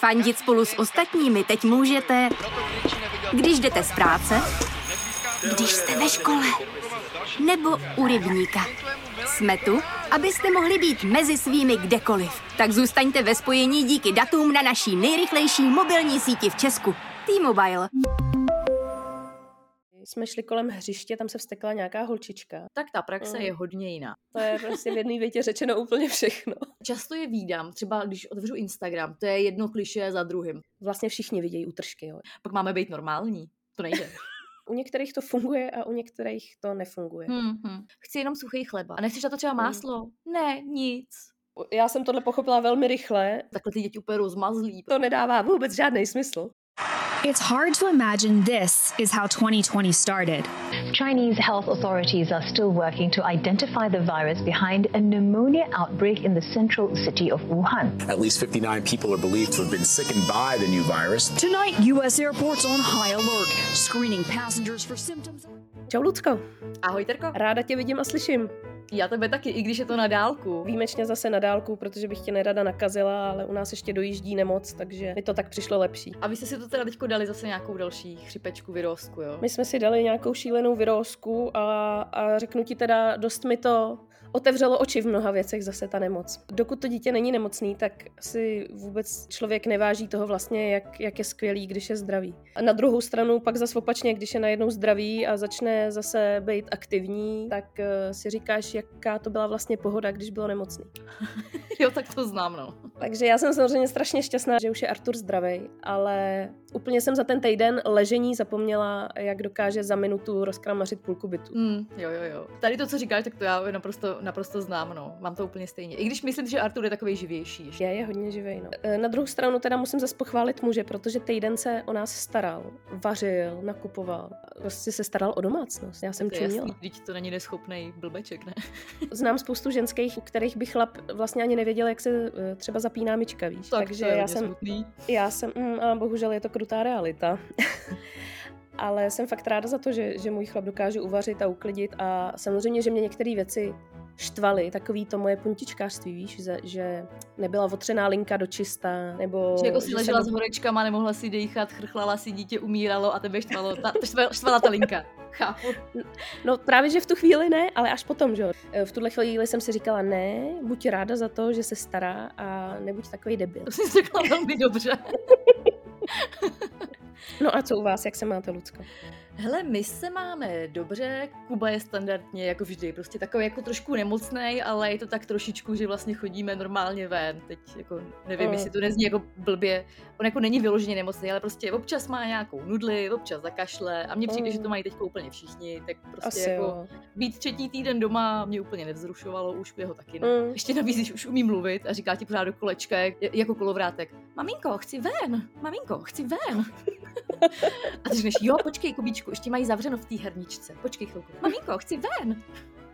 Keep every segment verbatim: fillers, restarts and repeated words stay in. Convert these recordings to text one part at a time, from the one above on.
Fandit spolu s ostatními teď můžete, když jdete z práce, když jste ve škole, nebo u rybníka. Jsme tu, abyste mohli být mezi svými kdekoliv. Tak zůstaňte ve spojení díky datům na naší nejrychlejší mobilní síti v Česku. T-Mobile. Jsme šli kolem hřiště, tam se vztekla nějaká holčička. Tak ta praxe mm. je hodně jiná. To je prostě v jedné větě řečeno úplně všechno. Často je vídám, třeba když otevřu Instagram, to je jedno klišé za druhým. Vlastně všichni vidějí útržky, jo. Pak máme být normální, to nejde. U některých to funguje a u některých to nefunguje. Hmm, hmm. Chci jenom suchý chleba. A nechceš na to třeba máslo? Hmm. Ne, nic. Já jsem tohle pochopila velmi rychle. Takhle ty děti úplně rozmazlí. To nedává vůbec žádný smysl. It's hard to imagine this is how twenty twenty started. Chinese health authorities are still working to identify the virus behind a pneumonia outbreak in the central city of Wuhan. At least fifty-nine people are believed to have been sickened by the new virus. Tonight, U S airports on high alert, screening passengers for symptoms. Čau, Lucko. Ahoj, Terko. Ráda tě vidím a slyším. Já tebe taky, i když je to na dálku. Výjimečně zase na dálku, protože bych tě nerada nakazila, ale u nás ještě dojíždí nemoc, takže mi to tak přišlo lepší. A vy jste si to teda teďko dali zase nějakou další chřipečku, virózku, jo? My jsme si dali nějakou šílenou virózku a, a řeknu ti teda, dost mi to otevřelo oči v mnoha věcech zase ta nemoc. Dokud to dítě není nemocný, tak si vůbec člověk neváží toho vlastně, jak, jak je skvělý, když je zdravý. A na druhou stranu pak zase opačně, když je najednou zdravý a začne zase být aktivní, tak uh, si říkáš, jaká to byla vlastně pohoda, když bylo nemocný. Jo, tak to znám, no. Takže já jsem samozřejmě strašně šťastná, že už je Artur zdravej, ale úplně jsem za ten týden ležení zapomněla, jak dokáže za minutu rozkramařit půlku bytu. Mm, jo, jo, jo. Tady to, co říkáš, tak to já naprosto, naprosto znám, no. Mám to úplně stejně. I když myslím, že Artur je takový živější. Ještě. Je, je hodně živej, no. Na druhou stranu teda musím zase pochválit muže, protože týden se o nás staral, vařil, nakupoval. Prostě se staral o domácnost. Já jsem to čuměla. Jasný, vždyť to není neschopnej blbeček, ne? Znám spoustu ženských, u kterých by chlap vlastně ani nevěděl, jak se třeba zapíná myčka, víš. Tak takže to je já jsem, smutný. já jsem, mm, a bohužel je to krutá realita. Ale jsem fakt ráda za to, že, že můj chlap dokáže uvařit a uklidit a samozřejmě, že mě některé věci štvaly, takový to moje puntičkářství, víš, že, že nebyla otřená linka do čista, nebo... Že jako si ležela jsem... s horečkama, nemohla si dejchat, chrchlala si, dítě umíralo a tebe štvalo, ta, štvala ta linka. Chápu. No právě, že v tu chvíli ne, ale až potom, že v tuhle chvíli jsem si říkala, ne, buď ráda za to, že se stará a nebuď takový debil. To jsi řekla velmi dobře. No a co u vás, jak se máte, Lucko? Hele, my se máme dobře, Kuba je standardně jako vždy, prostě takový jako trošku nemocnej, ale je to tak trošičku, že vlastně chodíme normálně ven, teď jako nevím, mm. jestli to nezní jako blbě, on jako není vyloženě nemocný, ale prostě občas má nějakou nudli, občas zakašle a mně přijde, mm. že to mají teďko úplně všichni, tak prostě asi jako jo. Být třetí týden doma mě úplně nevzrušovalo, už jeho taky ne. Mm. Ještě navíc, když už umí mluvit a říká ti pořád do kolečka jako kolovrátek, maminko, chci ven, maminko, chci ven. A ty říkáš, jo, počkej, Kubíčku, ještě mají zavřeno v té herničce. Počkej chvilku. Maminko, chci ven.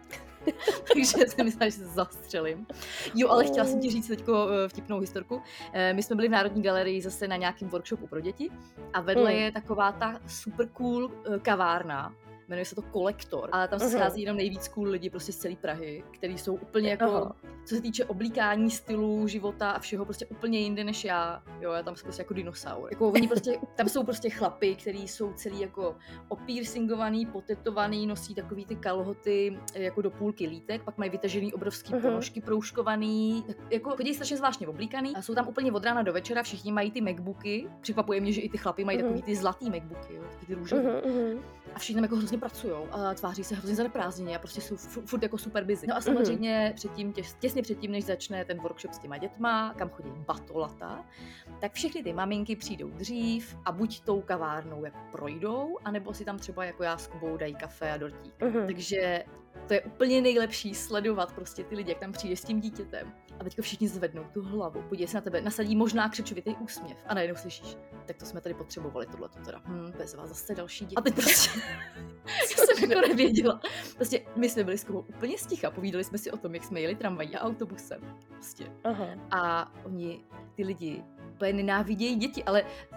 Takže si myslela, že se zastřelím. Jo, ale chtěla jsem ti říct teďko vtipnou historku. My jsme byli v Národní galerii zase na nějakým workshopu pro děti a vedle mm. je taková ta super cool kavárna. Jmenuje se to Kolektor. A tam se schází jenom nejvíc cool lidi prostě z celé Prahy, který jsou úplně jako, Aha. co se týče oblíkání, stylu, života a všeho prostě úplně jinde než já. Jo, já tam jsem prostě jako dinosaur. Jako oni prostě, tam jsou prostě chlapy, kteří jsou celý jako opírsingovaný, potetovaný, nosí takový ty kalhoty jako do půlky lítek, pak mají vytažený obrovský uh-huh. ponožky proužkovaný, tak jako chodí strašně zvláštně oblíkaný a jsou tam úplně od rána do večera, všichni mají ty MacBooky. Překvapuje mě, že i ty chlapy mají uh-huh. takový ty zlatý MacBooky, jo, taky ty růžové. Uh-huh. A všichni tam jako hrozně pracujou a tváří se hrozně zaneprázdněně a prostě jsou furt jako super busy. No a samozřejmě mm-hmm. předtím, těs, těsně předtím, než začne ten workshop s těma dětma, kam chodí batolata, tak všechny ty maminky přijdou dřív a buď tou kavárnou jako projdou, anebo si tam třeba jako já s Kubou dají kafe a dortík. Mm-hmm. Takže to je úplně nejlepší sledovat prostě ty lidi, jak tam přijde s tím dítětem. A teďko všichni zvednou tu hlavu, podívej se na tebe, nasadí možná křečovitý úsměv a najednou slyšíš, tak to jsme tady potřebovali tohleto teda. Hm, bez vás zase další děti. A teď prostě jsem jako nevěděla. Prostě my jsme byli s Kubou úplně sticha, povídali jsme si o tom, jak jsme jeli tramvají a autobusem. Prostě. Aha. A oni, ty lidi, úplně nenávidějí děti, ale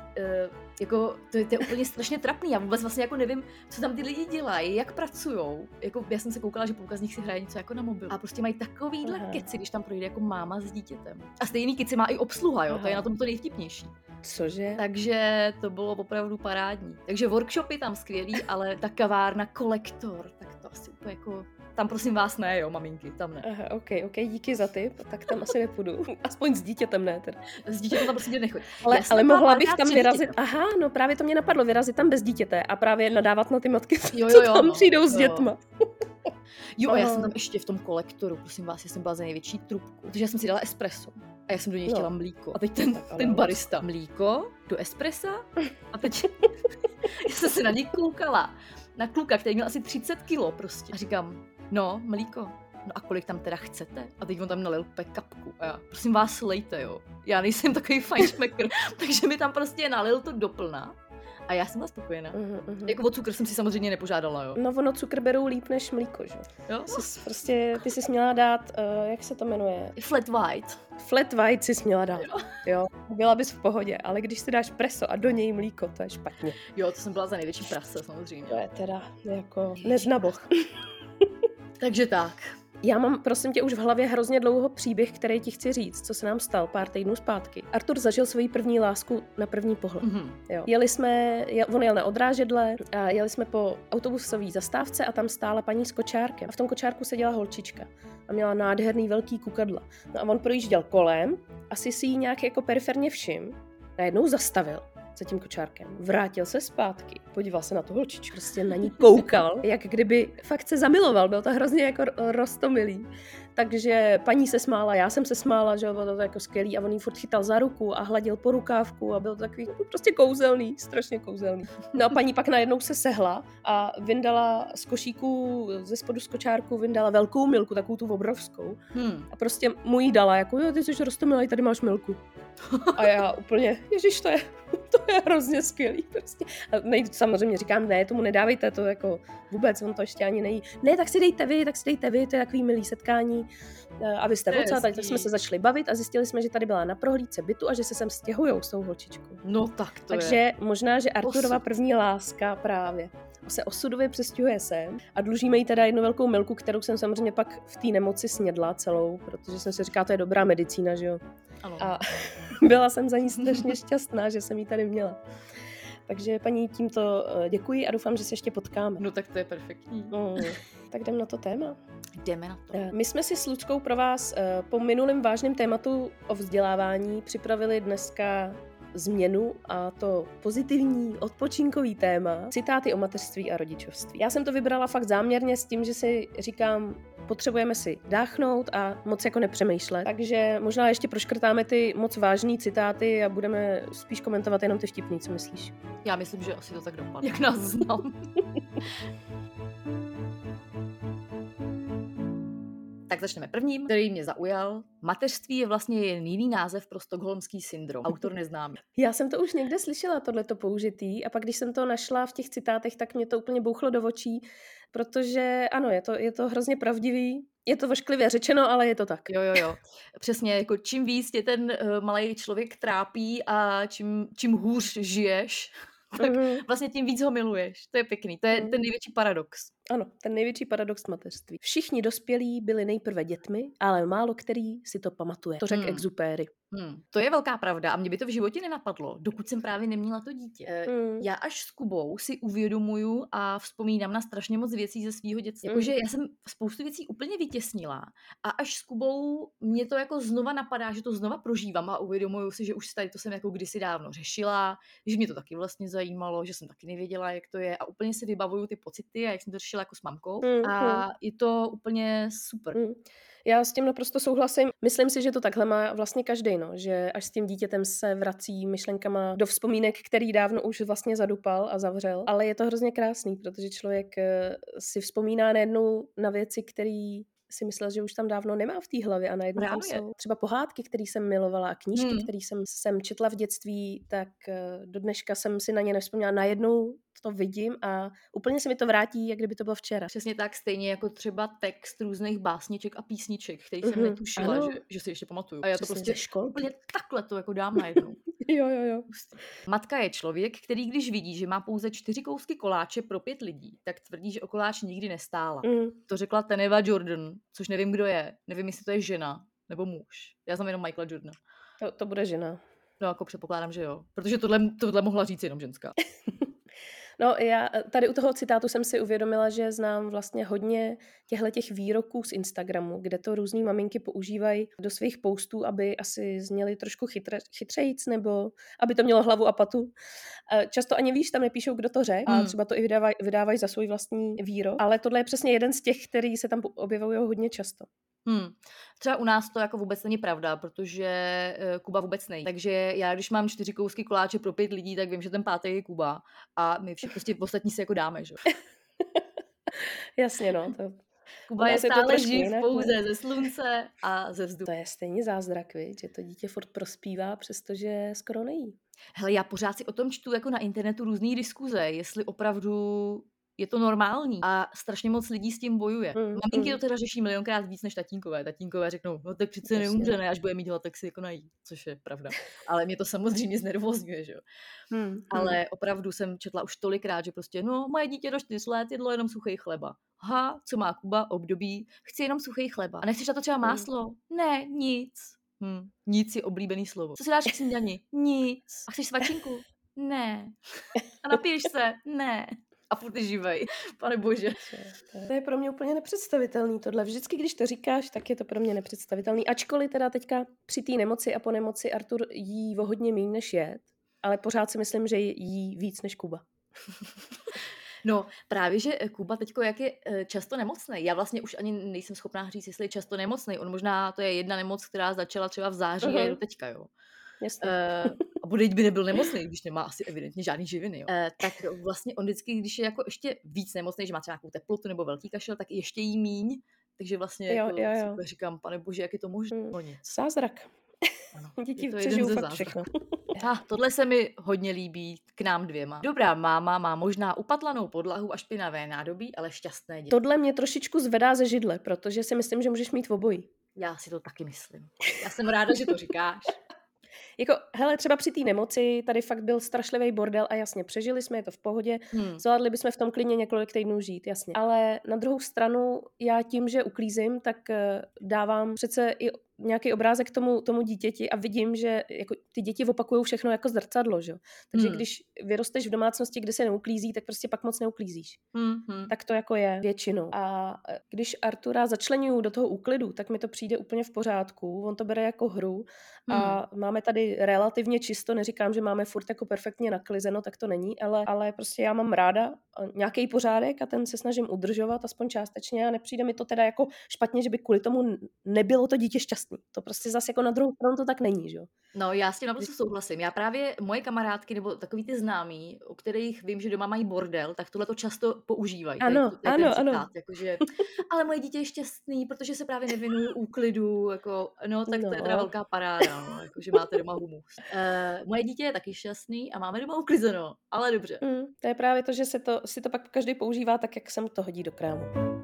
uh, jako, to je, to je úplně strašně trapný. Já vůbec vlastně jako nevím, co tam ty lidi dělají, jak pracujou. Jako, já jsem se koukala, že půlka z nich si hraje něco jako na mobil. A prostě mají takovýhle Aha. keci, když tam projde jako máma s dítětem. A stejný keci má i obsluha, jo, Aha. to je na tom to nejvtipnější. Cože? Takže to bylo opravdu parádní. Takže workshopy tam skvělý, ale ta kavárna Kolektor, tak to asi úplně jako... Tam prosím vás ne, jo, maminky, tam ne. Aha, ok, ok, díky za tip, tak tam asi nepůjdu. Aspoň s dítětem ne, teda. S dítětem tam prostě nechod. Ale, ale mohla bych tam vyrazit, dítětem. Aha, no právě to mě napadlo, vyrazit tam bez dítěte a právě nadávat na ty matky, jo, jo, jo, co tam no, přijdou jo. s dětma. Jo, a já jsem tam ještě v tom Kolektoru, prosím vás, já jsem byla za největší trubku, protože já jsem si dala espresso a já jsem do něj no. chtěla mlíko. A teď ten, ten barista, mlíko do espressa a teď já jsem se na něj koukala, na kluka, který měl asi třicet kilo prostě. A říkám, no, mlíko, no a kolik tam teda chcete? A teď on tam nalil kapku a já, prosím vás, lejte, jo. Já nejsem takový fajnšmekr, takže mi tam prostě nalil to doplna. A já jsem byla spokojená. Uh-huh, uh-huh. Jako o cukr jsem si samozřejmě nepožádala, jo. No ono cukr berou líp než mlíko, že? Jo? Jsi prostě, ty jsi směla dát, uh, jak se to jmenuje? Flat white. Flat white si směla dát, jo. jo. Byla bys v pohodě, ale když si dáš preso a do něj mlíko, to je špatně. Jo, to jsem byla za největší prase, samozřejmě. To je teda jako neznaboch. Takže tak. Já mám, prosím tě, už v hlavě hrozně dlouho příběh, který ti chci říct, co se nám stal pár týdnů zpátky. Artur zažil svoji první lásku na první pohled. Mm-hmm. Jo. Jeli jsme, jel, on jel na odrážedle a jeli jsme po autobusové zastávce a tam stála paní s kočárkem. A v tom kočárku seděla holčička a měla nádherný velký kukadla. No a on projížděl kolem, asi si jí nějak jako periferně všim, najednou zastavil za tím kočárkem. Vrátil se zpátky, podíval se na tu holčičku, prostě na ní koukal, jak kdyby fakt se zamiloval, byl to hrozně jako roztomilý. Takže paní se smála, já jsem se smála, že bylo to jako skvělý a on jí furt chytal za ruku a hladil po rukávku a byl to takový prostě kouzelný, strašně kouzelný. No a paní pak najednou se sehla a vyndala z košíku, ze spodu z kočárku vyndala velkou milku, takovou tu obrovskou. Hmm. A prostě mu jí dala, jako jo, ty jsi roztomilý, tady máš milku. A já úplně, ježiš, to je, to je hrozně skvělý prostě. A nej, samozřejmě říkám, ne, tomu nedávejte, to jako vůbec, on to ještě ani nejí. Ne, tak si dejte vy, tak si dejte vy, to je takový milý setkání. A vy jste vocá, tak jsme se začali bavit a zjistili jsme, že tady byla na prohlídce bytu a že se sem stěhujou s tou holčičkou. No tak to Takže je. možná, že Arturova první láska právě se osudově přestěhuje sem a dlužíme jí teda jednu velkou milku, kterou jsem samozřejmě pak v té nemoci snědla celou, protože jsem si říkala, to je dobrá medicína, že jo. Ano. A byla jsem za ní strašně šťastná, že jsem ji tady měla. Takže paní tímto děkuji a doufám, že se ještě potkáme. No tak to je perfektní. Mm, tak jdem na to téma. Jdeme na to. My jsme si s Luckou pro vás po minulém vážném tématu o vzdělávání připravili dneska změnu a to pozitivní odpočinkový téma, citáty o mateřství a rodičovství. Já jsem to vybrala fakt záměrně s tím, že si říkám, potřebujeme si dáchnout a moc jako nepřemýšlet. Takže možná ještě proškrtáme ty moc vážný citáty a budeme spíš komentovat jenom ty vtipný, co myslíš? Já myslím, že asi to tak dopadne, jak nás znám. Tak začneme prvním, který mě zaujal. Mateřství je vlastně jen jiný název pro stockholmský syndrom. Autor neznámý. Já jsem to už někde slyšela, tohleto použitý, a pak když jsem to našla v těch citátech, tak mě to úplně bouchlo do očí, protože ano, je to, je to hrozně pravdivý. Je to vošklivě řečeno, ale je to tak. Jo, jo, jo. Přesně, jako čím víc tě ten uh, malej člověk trápí a čím, čím hůř žiješ, tak mm. vlastně tím víc ho miluješ. To je pěkný. To je mm. ten největší paradox. Ano, ten největší paradox mateřství. Všichni dospělí byli nejprve dětmi, ale málo který si to pamatuje. To řekl hmm. Exupéry. Hmm. To je velká pravda a mě by to v životě nenapadlo, dokud jsem právě neměla to dítě. Hmm. Já až s Kubou si uvědomuju a vzpomínám na strašně moc věcí ze svýho dětství. Hmm. Jakože já jsem spoustu věcí úplně vytěsnila a až s Kubou mě to jako znova napadá, že to znova prožívám a uvědomuju si, že už tady to jsem jako kdysi dávno řešila, že mě to taky vlastně zajímalo, že jsem taky nevěděla, jak to je a úplně si vybavuju ty pocity a jak jsem to řešila jako s mamkou mm, a mm. je to úplně super. Mm. Já s tím naprosto souhlasím. Myslím si, že to takhle má vlastně každej, no, že až s tím dítětem se vrací myšlenkama do vzpomínek, který dávno už vlastně zadupal a zavřel, ale je to hrozně krásný, protože člověk si vzpomíná najednou na věci, který si myslela, že už tam dávno nemá v té hlavě a najednou tam jsou třeba pohádky, které jsem milovala a knížky, hmm. které jsem, jsem četla v dětství, tak do dneška jsem si na ně nevzpomněla. Najednou to vidím a úplně se mi to vrátí, jak kdyby to bylo včera. Přesně tak, stejně jako třeba text různých básniček a písniček, který jsem mm-hmm. netušila, že, že si ještě pamatuju. A já to přesně prostě úplně takhle to jako dám najednou. Jo, jo, jo. Matka je člověk, který když vidí, že má pouze čtyři kousky koláče pro pět lidí, tak tvrdí, že o koláč nikdy nestála. Mm. To řekla Teneva Jordan, což nevím, kdo je. Nevím, jestli to je žena nebo muž. Já znám jenom Michaela Jordana. To, to bude žena. No jako předpokládám, že jo. Protože tohle, tohle mohla říct jenom ženská. No já tady u toho citátu jsem si uvědomila, že znám vlastně hodně těchto těch výroků z Instagramu, kde to různý maminky používají do svých postů, aby asi zněly trošku chytre, chytřejíc, nebo aby to mělo hlavu a patu. Často ani víš, tam nepíšou, kdo to řekl, Hmm. a třeba to i vydávají, vydávají za svůj vlastní výrok, ale tohle je přesně jeden z těch, který se tam objevují hodně často. Hmm. Třeba u nás to jako vůbec není pravda, protože uh, Kuba vůbec nejí. Takže já, když mám čtyři kousky koláče pro pět lidí, tak vím, že ten pátý je Kuba a my všichni prostě ostatní si jako dáme, že? Jasně, no. To... Kuba je je to stále trošku živ jinak, pouze ne? ze slunce a ze vzduchu. To je stejně zázrak, viď? Že to dítě furt prospívá, přestože skoro nejí. Hele, já pořád si o tom čtu jako na internetu různý diskuze, jestli opravdu je to normální a strašně moc lidí s tím bojuje. Mm, Maminky mm. to teda řeší milionkrát víc než tatínkové. Tatínkové řeknou, no tak přece Jasně. neumře, ne, až bude mít hlad, tak si jako nají, což je pravda. Ale mě to samozřejmě znervózňuje, že jo. Hmm, Ale opravdu jsem četla už tolikrát, že prostě, no, moje dítě do čtyř let jedlo jenom suchý chleba. Ha, co má Kuba, období, chci jenom suchý chleba. A nechceš na to třeba máslo? Ne, nic. Hm, nic je oblíbený slovo. Co si dáš k snídani? Nic. A chceš svačinku? Ne. A napiješ se? Ne. A furt je živej. Pane bože. To je pro mě úplně nepředstavitelný tohle. Vždycky, když to říkáš, tak je to pro mě nepředstavitelný. Ačkoliv teda teďka při té nemoci a po nemoci Artur jí o hodně méně než jet, ale pořád si myslím, že jí víc než Kuba. No právě, že Kuba teďko jak je eh, často nemocný. Já vlastně už ani nejsem schopná říct, jestli je často nemocný. On možná, to je jedna nemoc, která začala třeba v září Mhm. a je do teďka, jo. Jasně. Uh, a bude, by nebyl nemocný, když nemá asi evidentně žádný živiny. Jo. Uh, tak vlastně on vždycky, když je jako ještě víc nemocný, že má třeba nějakou teplotu nebo velký kašel, tak ještě jí míň. Takže vlastně Jo, jako jo, jo. si říkám, pane bože, jak je to možné? Mm. No nic. Zázrak. Ano. Děti Je to přežijou jeden ze fakt všechno. Ah, tohle se mi hodně líbí k nám dvěma. Dobrá máma má možná upatlanou podlahu a špinavé nádobí, ale šťastné děti. Tohle mě trošičku zvedá ze židle, protože si myslím, že můžeš mít v obojí. Já si to taky myslím. Já jsem ráda, že to říkáš. Jako, hele, třeba při té nemoci tady fakt byl strašlivý bordel a jasně, přežili jsme, je to v pohodě, Hmm. zvládli bychom v tom klidně několik týdnů žít, jasně. Ale na druhou stranu, já tím, že uklízím, tak eh, dávám přece i nějaký obrázek tomu, tomu dítěti a vidím, že jako ty děti opakují všechno jako zrcadlo, že? Takže Hmm. když vyrosteš v domácnosti, kde se neuklízí, tak prostě pak moc neuklízíš. Hmm, hmm. Tak to jako je většinou. A když Artura začleňuju do toho úklidu, tak mi to přijde úplně v pořádku. On to bere jako hru a máme tady relativně čisto, neříkám, že máme furt jako perfektně naklizeno, tak to není, ale, ale prostě já mám ráda nějaký pořádek a ten se snažím udržovat aspoň částečně a nepřijde mi to teda jako špatně, že by kvůli tomu nebylo to dítě šťastný. To prostě zase jako na druhou stranu to tak není, že jo? No, já s tím naprosto souhlasím. Já právě moje kamarádky nebo takový ty známí, o kterých vím, že doma mají bordel, tak tohle to často používají. Ano, to je ano, ten citát, ano. Jakože, ale moje dítě je šťastný, protože se právě nevěnuju úklidu, jako, no, tak to je teda No. velká paráda, no, jakože máte doma humus. Uh, moje dítě je taky šťastný a máme doma uklizeno, ale dobře. Mm, to je právě to, že se to, si to pak každý používá tak, jak se mu to hodí do krámu.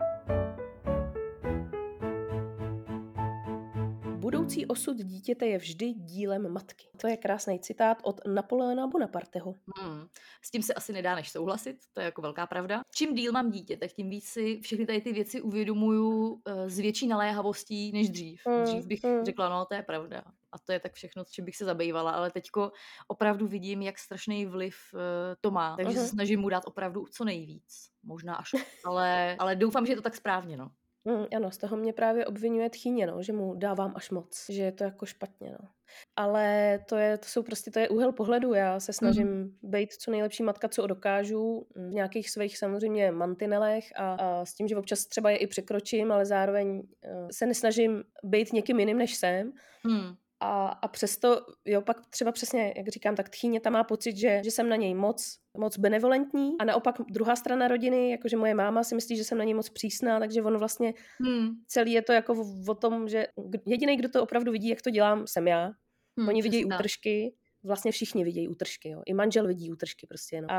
Budoucí osud dítěte je vždy dílem matky. To je krásný citát od Napoleona Bonaparteho. Hmm. S tím se asi nedá než souhlasit, to je jako velká pravda. Čím díl mám dítě, tak tím víc si všechny tady ty věci uvědomuju uh, s větší naléhavostí než dřív. Mm, Dřív bych mm. řekla, no to je pravda. A to je tak všechno, s čím bych se zabývala, ale teďko opravdu vidím, jak strašný vliv uh, to má, takže Mhm. se snažím mu dát opravdu co nejvíc. Možná až, ale, ale doufám, že je to tak správně, no. Mm, ano, z toho mě právě obvinuje tchýně, no, že mu dávám až moc, že je to jako špatně. No. Ale to, je, to jsou prostě, to je úhel pohledu. Já se snažím mm. být co nejlepší matka, co dokážu, v nějakých svých samozřejmě mantinelech a, a s tím, že občas třeba je i překročím, ale zároveň uh, se nesnažím být někým jiným, než jsem. Hmm. A, a přesto, jo, pak třeba přesně, jak říkám, tak tchýně tam má pocit, že, že jsem na něj moc, moc benevolentní a naopak druhá strana rodiny, jakože moje máma si myslí, že jsem na něj moc přísná, takže ono vlastně Hmm. celý je to jako o, o tom, že jediný, kdo to opravdu vidí, jak to dělám, jsem já. Hmm, Oni vidějí přesně tak. útržky, vlastně všichni vidějí útržky, jo. I manžel vidí útržky prostě, no. A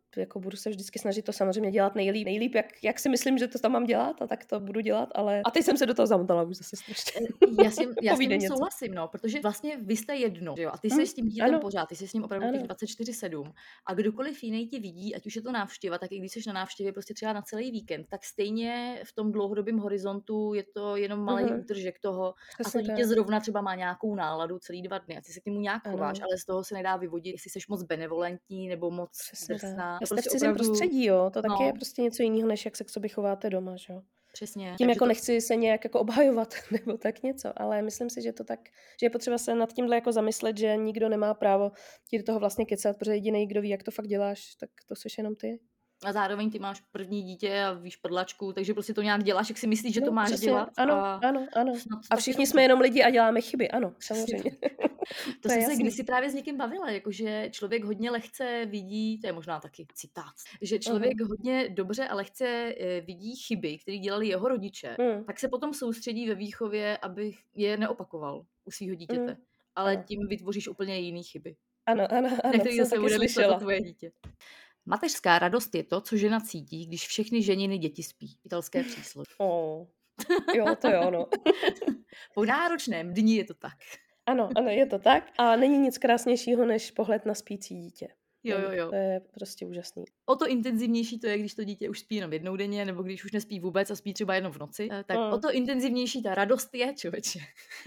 jako budu se vždycky snažit to samozřejmě dělat nejlíp, nejlíp jak, jak si myslím, že to tam mám dělat a tak to budu dělat, ale a teď jsem se do toho zamotala už zase strašně. Já s tím, já s tím souhlasím, no, protože vlastně vy jste jedno, jo, a ty jsi hmm, s tím dítětem pořád, ty jsi s ním opravdu těch dvacet čtyři sedm a kdokoliv jiný ti vidí, ať už je to návštěva, tak i když jsi na návštěvě prostě třeba na celý víkend, tak stejně v tom dlouhodobém horizontu je to jenom malý uh-huh. útržek toho přesně a to dítě tak. Zrovna třeba má nějakou náladu celý dva dny a ty se k němu nějak chováš, ale z toho se nedá vyvodit, jestli jsi moc benevolentní nebo moc drsná. Jste v cizím opravdu... prostředí, jo, to taky no. je prostě něco jiného, než jak se k sobě chováte doma, že jo. Přesně. Tím jako to... nechci se nějak jako obhajovat nebo tak něco, ale myslím si, že to tak, že je potřeba se nad tímhle jako zamyslet, že nikdo nemá právo ti do toho vlastně kecat, protože jediný, kdo ví, jak to fakt děláš, tak to jsi jenom ty. A zároveň ty máš první dítě a víš prdlačku, takže prostě to nějak děláš, jak si myslíš, že no, to máš přesně. dělat. Ano, a... ano, ano. A všichni jsme jenom lidi a děláme chyby, ano, samozřejmě. To, to jsem se kdysi právě s někým bavila, jakože člověk hodně lehce vidí, to je možná taky citát, že člověk uh-huh. hodně dobře a lehce vidí chyby, které dělali jeho rodiče, uh-huh. tak se potom soustředí ve výchově, aby je neopakoval u svého dítěte. Uh-huh. Ale tím vytvoříš úplně jiný chyby. Ano, ano, ano. Na který se bude myslet to tvoje dítě. Mateřská radost je to, co žena cítí, když všechny ženiny děti spí. Italské přísloví. Oh. Jo, to jo, no. Po náročném dni je to tak. Ano, ano, je to tak. A není nic krásnějšího, než pohled na spící dítě. Jo, jo, jo. To je prostě úžasný. O to intenzivnější to je, když to dítě už spí jenom jednou denně, nebo když už nespí vůbec a spí třeba jenom v noci. Tak mm. o to intenzivnější ta radost je, člověče.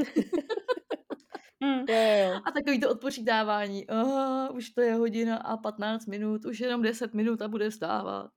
Mm, jo, jo. A takový to odpočítávání. Oh, už to je hodina a patnáct minut, už jenom deset minut a bude vstávat.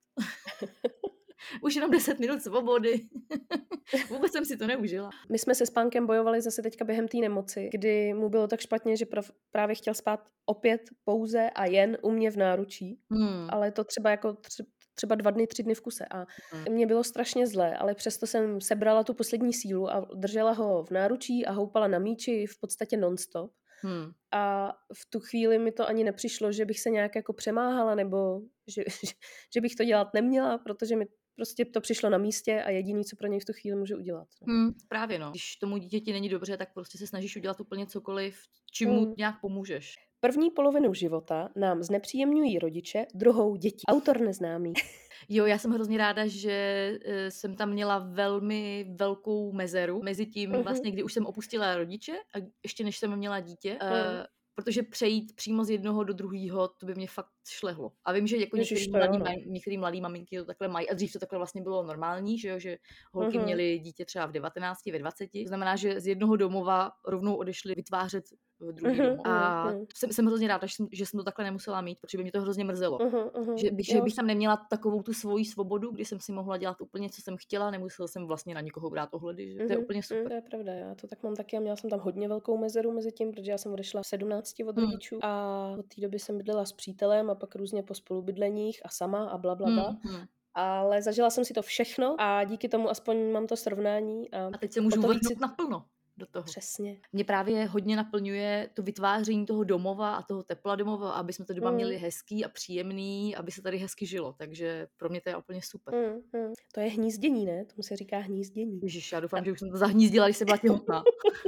Už jenom deset minut svobody. Vůbec jsem si to neužila. My jsme se s pánkem bojovali zase teďka během té nemoci, kdy mu bylo tak špatně, že právě chtěl spát opět pouze a jen u mě v náručí. Hmm. Ale to třeba jako tři, třeba dva dny, tři dny v kuse. A hmm. mně bylo strašně zlé, ale přesto jsem sebrala tu poslední sílu a držela ho v náručí a houpala na míči v podstatě non-stop. Hmm. A v tu chvíli mi to ani nepřišlo, že bych se nějak jako přemáhala nebo že, že, že bych to dělat neměla, protože mi prostě to přišlo na místě a jediný, co pro něj v tu chvíli může udělat. No. Hmm, právě no. Když tomu dítěti není dobře, tak prostě se snažíš udělat úplně cokoliv, čím mu hmm. nějak pomůžeš. První polovinu života nám znepříjemňují rodiče, druhou děti. Autor neznámý. Jo, já jsem hrozně ráda, že uh, jsem tam měla velmi velkou mezeru mezi tím, uh-huh. vlastně, kdy už jsem opustila rodiče a ještě než jsem měla dítě, uh-huh. uh, protože přejít přímo z jednoho do druhého, to by mě fakt šlehlo. A vím, že jako některý mladý, maj, některý mladý maminky to takhle mají a dřív to takhle vlastně bylo normální, že jo, že holky uh-huh. měly dítě třeba v devatenácti, ve dvaceti. To znamená, že z jednoho domova rovnou odešly vytvářet druhý uh-huh. domov. A uh-huh. jsem, jsem hrozně ráda, že jsem, že jsem to takhle nemusela mít, protože by mě to hrozně mrzelo. Uh-huh. Uh-huh. Že, by, že bych tam neměla takovou tu svoji svobodu, kdy jsem si mohla dělat úplně, co jsem chtěla, nemusela jsem vlastně na nikoho brát ohledy, že uh-huh. to je úplně super. Uh-huh. To je pravda, já to tak mám taky a měla jsem tam hodně velkou mezeru mezi tím, protože já jsem odešla v sedmnácti od rodičů uh-huh. a od té doby jsem bydlela s přítelem a pak různě po spolubydleních a sama a bla, bla, bla. Hmm. Ale zažila jsem si to všechno a díky tomu aspoň mám to srovnání. A, a teď se můžu vrhnout víc... naplno do toho. Přesně. Mě právě hodně naplňuje to vytváření toho domova a toho tepla domova, aby jsme to doma hmm. měli hezký a příjemný, aby se tady hezky žilo. Takže pro mě to je úplně super. Hmm. Hmm. To je hnízdění, ne? Tomu se říká hnízdění. Ježiš, já doufám, že už jsem to zahnízdila, když jsem byla těhotná.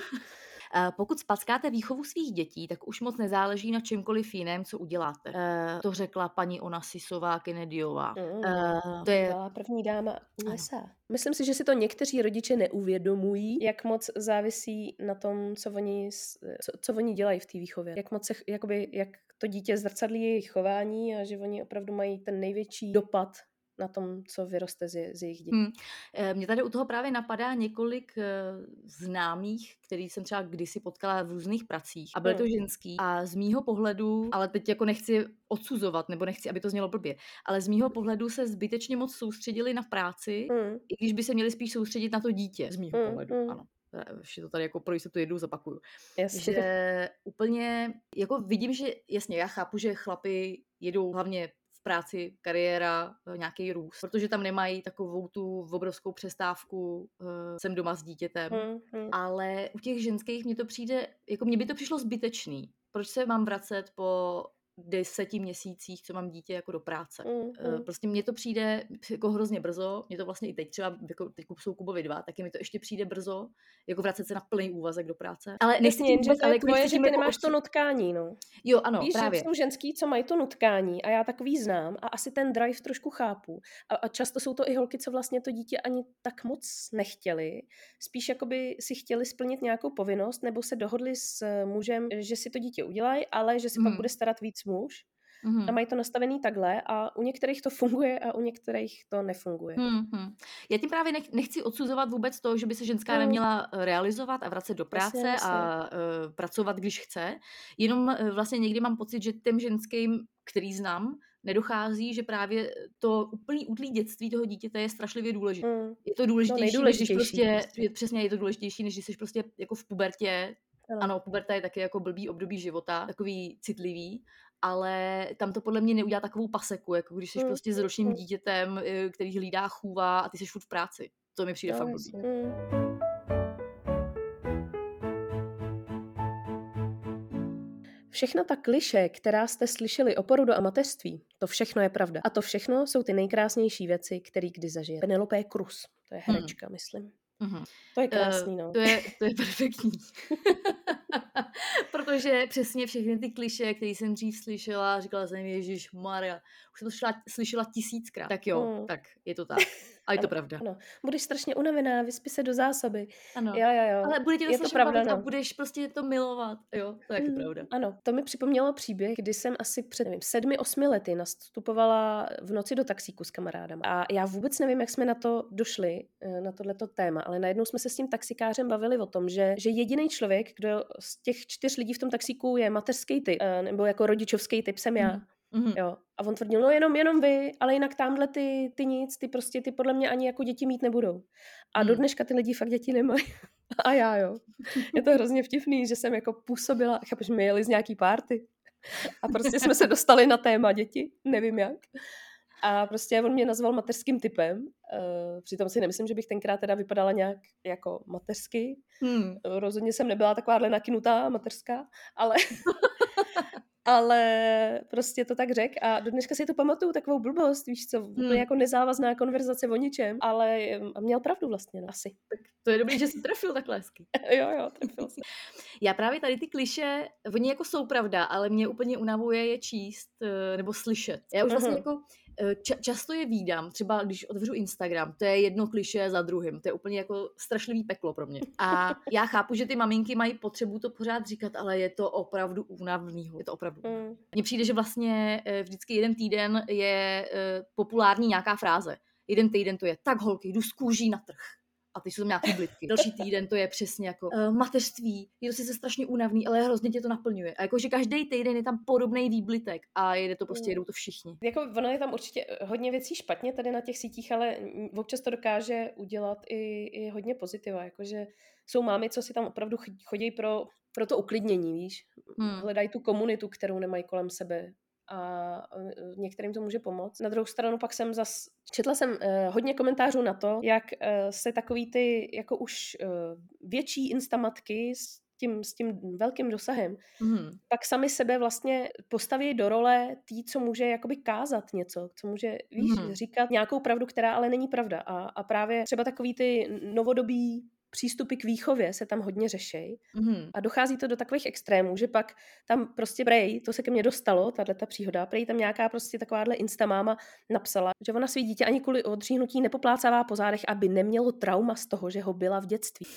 Pokud spackáte výchovu svých dětí, tak už moc nezáleží na čemkoliv jiném, co uděláte. Uh, to řekla paní Onassisová Kennedyová. Mm, uh, to je první dáma U S A. Myslím si, že si to někteří rodiče neuvědomují, jak moc závisí na tom, co oni, co, co oni dělají v té výchově. Jak moc se, jakoby, jak to dítě zrcadlí jejich chování a že oni opravdu mají ten největší dopad na tom, co vyroste z, z jejich dětí. Hmm. Mně tady u toho právě napadá několik uh, známých, který jsem třeba kdysi potkala v různých pracích a byly hmm. to ženský a z mýho pohledu, ale teď jako nechci odsuzovat, nebo nechci, aby to znělo blbě, ale z mýho pohledu se zbytečně moc soustředili na práci, hmm. i když by se měli spíš soustředit na to dítě, z mýho hmm. pohledu, hmm. ano. Ještě to tady jako pro jistotu jednou zapakuju. Jasně. Že úplně, jako vidím, že jasně, já chápu, že chlapi jedou hlavně práci, kariéra, nějaký růst, protože tam nemají takovou tu obrovskou přestávku uh, jsem doma s dítětem, hmm, hmm. ale u těch ženských mně to přijde, jako mně by to přišlo zbytečný. Proč se mám vracet po deseti měsících, co mám dítě jako do práce. Mm, mm. Prostě mně to přijde jako hrozně brzo, mně to vlastně i teď třeba, jako teď jsou Kubovi dva, taky mi to ještě přijde brzo, jako vracet se na plný úvazek do práce. Ale nechci tím vůbec, ale jako tvoje, že ty nemáš to nutkání, no. Jo, ano, víš, právě. Víš, jsou ženský, co mají to nutkání a já takový znám a asi ten drive trošku chápu. A, a často jsou to i holky, co vlastně to dítě ani tak moc nechtěli. Spíš jakoby si chtěli splnit nějakou povinnost nebo se dohodli s mužem, že si to dítě udělají, ale že si mm. pak bude starat víc muž. Mm. A mají to nastavený takhle a u některých to funguje a u některých to nefunguje. Mm-hmm. Já tím právě nech, nechci odsuzovat vůbec to, že by se ženská mm. neměla realizovat a vracet do práce jasně, jasně. a uh, pracovat, když chce. Jenom uh, vlastně někdy mám pocit, že těm ženským, který znám, nedochází, že právě to úplný útlý dětství toho dítěte je strašlivě důležité. Mm. Je to důležitější, no, než když prostě, je, přesně je to důležitější, než když jsi prostě jako v pubertě. Ano. ano, puberta je taky jako blbý období života, takový citlivý, ale tam to podle mě neudělá takovou paseku, jako když jsi mm. prostě s ročním dítětem, který hlídá, chůvá a ty jsi furt v práci. To mi přijde no, fakt blbý. Mm. Všechna ta klišé, která jste slyšeli o porodu a mateřství, to všechno je pravda. A to všechno jsou ty nejkrásnější věci, které kdy zažije. Penelope Cruz, to je herečka, hmm. myslím. Mm-hmm. To je krásný, no. Uh, to, je, to je perfektní. Protože přesně všechny ty klišé, které jsem dřív slyšela, říkala jsem, ježišmarja, už jsem to šla, slyšela tisíckrát. Tak jo, mm. tak je to tak. A je to pravda. Ano. Budeš strašně unavená, vyspí se do zásoby. Ano. Jo, jo, jo. Ale bude tě to je strašně to pravda, bavit no. a budeš prostě to milovat. Jo, to je taky mm. pravda. Ano, to mi připomnělo příběh, kdy jsem asi před nevím, sedmi, osmi lety nastupovala v noci do taxíku s kamarádama. A já vůbec nevím, jak jsme na to došli, na tohleto téma, ale najednou jsme se s tím taxikářem bavili o tom, že, že jediný člověk, kdo z těch čtyř lidí v tom taxíku je mateřský typ, nebo jako rodičovský typ jsem já. Mm. Jo. A on tvrdil, no jenom, jenom vy, ale jinak tamhle ty, ty nic, ty prostě, ty podle mě ani jako děti mít nebudou. A mm. do dneška ty lidi fakt děti nemají. A já jo. Je to hrozně vtipný, že jsem jako působila, chápeš, my jeli z nějaký party. A prostě jsme se dostali na téma děti, nevím jak. A prostě on mě nazval mateřským typem. Uh, přitom si nemyslím, že bych tenkrát teda vypadala nějak jako mateřsky. Hmm. Rozhodně jsem nebyla takováhle nakynutá mateřská, ale... ale prostě to tak řek a do dneška si to pamatuju, takovou blbost, víš co, hmm. jako nezávazná konverzace o ničem, ale měl pravdu vlastně, no, asi. Tak to je dobrý, že jsi trefil takhle hezky. jo, jo, trefil jsi. Já právě tady ty kliše, oni jako jsou pravda, ale mě úplně unavuje je číst nebo slyšet. Já už vlastně uh-huh. jako ča- často je vídám, třeba když otevřu Instagram, to je jedno kliše za druhým, to je úplně jako strašlivý peklo pro mě. A já chápu, že ty maminky mají potřebu to pořád říkat, ale je to opravdu únavnýho, je to opravdu. Mm. Mně přijde, že vlastně vždycky jeden týden je populární nějaká fráze. Jeden týden to je tak holky, jdu z kůží na trh. A ty jsou tam nějaký blitky. Další týden to je přesně jako uh, mateřství. Je to sice strašně únavný, ale hrozně tě to naplňuje. A jakože každý týden je tam podobný výblitek a jede to prostě, jedou to všichni. Jako ono je tam určitě hodně věcí špatně tady na těch sítích, ale občas to dokáže udělat i, i hodně pozitiva. Jakože jsou mámy, co si tam opravdu chodí pro, pro to uklidnění, víš. Hmm. Hledají tu komunitu, kterou nemají kolem sebe. A některým to může pomoct. Na druhou stranu pak jsem zas četla jsem uh, hodně komentářů na to, jak uh, se takový ty jako už uh, větší instamatky s tím, s tím velkým dosahem mm. pak sami sebe vlastně postaví do role tý, co může jakoby kázat něco, co může víš, mm. říkat nějakou pravdu, která ale není pravda. A, a právě třeba takový ty novodobí přístupy k výchově se tam hodně řešej mm. a dochází to do takových extrémů, že pak tam prostě prej, to se ke mně dostalo, tato příhoda, prej tam nějaká prostě takováhle instamáma napsala, že ona svý dítě ani kvůli odříhnutí nepoplácává po zádech, aby nemělo trauma z toho, že ho byla v dětství.